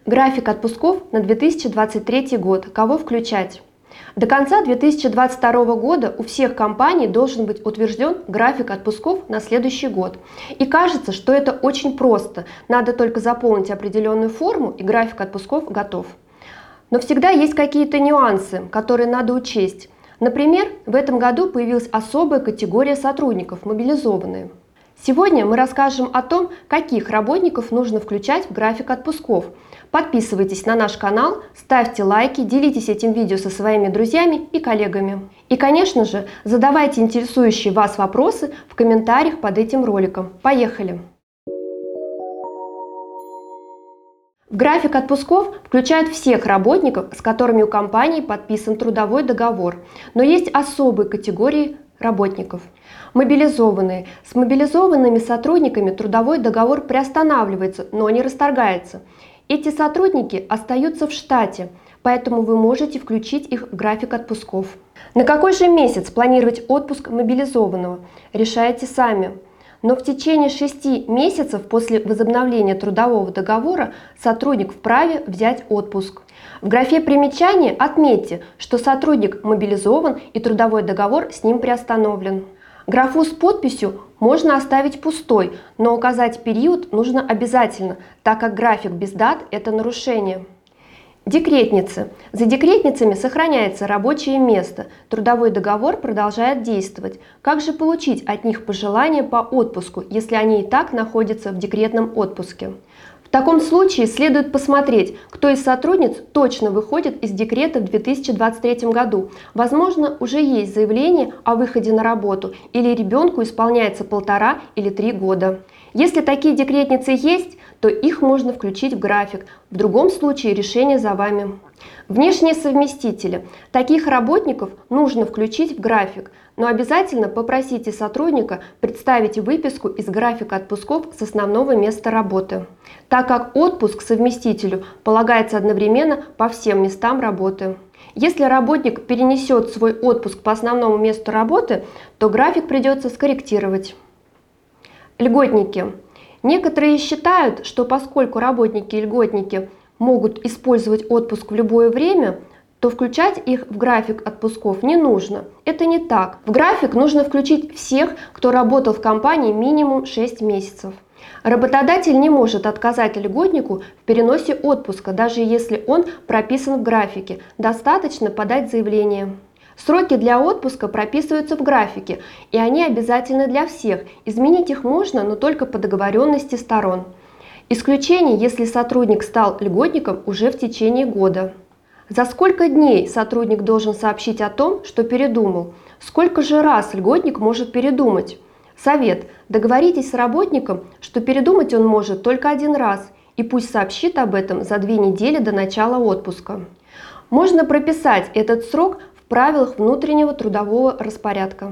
График отпусков на 2023 год. Кого включать? До конца 2022 года у всех компаний должен быть утвержден график отпусков на следующий год. И кажется, что это очень просто. Надо только заполнить определенную форму, и график отпусков готов. Но всегда есть какие-то нюансы, которые надо учесть. Например, в этом году появилась особая категория сотрудников – мобилизованные. Сегодня мы расскажем о том, каких работников нужно включать в график отпусков. Подписывайтесь на наш канал, ставьте лайки, делитесь этим видео со своими друзьями и коллегами. И, конечно же, задавайте интересующие вас вопросы в комментариях под этим роликом. Поехали! В график отпусков включают всех работников, с которыми у компании подписан трудовой договор. Но есть особые категории работников. Мобилизованные. С мобилизованными сотрудниками трудовой договор приостанавливается, но не расторгается. Эти сотрудники остаются в штате, поэтому вы можете включить их в график отпусков. На какой же месяц планировать отпуск мобилизованного? Решайте сами. Но в течение 6 месяцев после возобновления трудового договора сотрудник вправе взять отпуск. В графе примечания отметьте, что сотрудник мобилизован и трудовой договор с ним приостановлен. Графу с подписью можно оставить пустой, но указать период нужно обязательно, так как график без дат – это нарушение. Декретницы. За декретницами сохраняется рабочее место, трудовой договор продолжает действовать. Как же получить от них пожелания по отпуску, если они и так находятся в декретном отпуске? В таком случае следует посмотреть, кто из сотрудниц точно выходит из декрета в 2023 году. Возможно, уже есть заявление о выходе на работу или ребенку исполняется 1,5 или 3 года. Если такие декретницы есть, то их можно включить в график. В другом случае решение за вами. Внешние совместители. Таких работников нужно включить в график, но обязательно попросите сотрудника представить выписку из графика отпусков с основного места работы, так как отпуск совместителю полагается одновременно по всем местам работы. Если работник перенесет свой отпуск по основному месту работы, то график придется скорректировать. Льготники. Некоторые считают, что поскольку работники-льготники могут использовать отпуск в любое время, то включать их в график отпусков не нужно. Это не так. В график нужно включить всех, кто работал в компании минимум 6 месяцев. Работодатель не может отказать льготнику в переносе отпуска, даже если он прописан в графике. Достаточно подать заявление. Сроки для отпуска прописываются в графике, и они обязательны для всех. Изменить их можно, но только по договоренности сторон. Исключение, если сотрудник стал льготником уже в течение года. За сколько дней сотрудник должен сообщить о том, что передумал? Сколько же раз льготник может передумать? Совет. Договоритесь с работником, что передумать он может только 1 раз, и пусть сообщит об этом за 2 недели до начала отпуска. Можно прописать этот срок в правилах внутреннего трудового распорядка.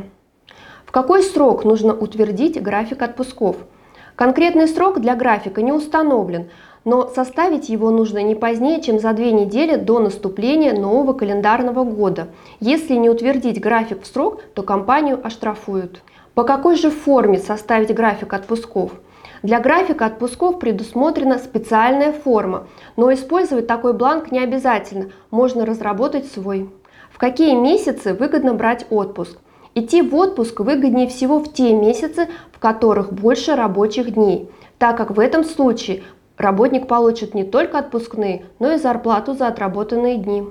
В какой срок нужно утвердить график отпусков? Конкретный срок для графика не установлен, но составить его нужно не позднее, чем за 2 недели до наступления нового календарного года. Если не утвердить график в срок, то компанию оштрафуют. По какой же форме составить график отпусков? Для графика отпусков предусмотрена специальная форма, но использовать такой бланк не обязательно, можно разработать свой. В какие месяцы выгодно брать отпуск? Идти в отпуск выгоднее всего в те месяцы, в которых больше рабочих дней, так как в этом случае работник получит не только отпускные, но и зарплату за отработанные дни.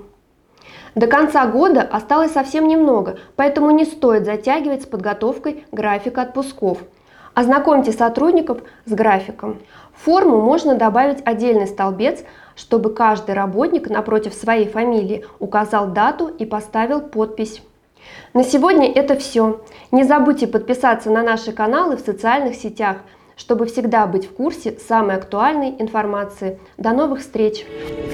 До конца года осталось совсем немного, поэтому не стоит затягивать с подготовкой графика отпусков. Ознакомьте сотрудников с графиком. В форму можно добавить отдельный столбец, чтобы каждый работник напротив своей фамилии указал дату и поставил подпись. На сегодня это все. Не забудьте подписаться на наши каналы в социальных сетях, чтобы всегда быть в курсе самой актуальной информации. До новых встреч!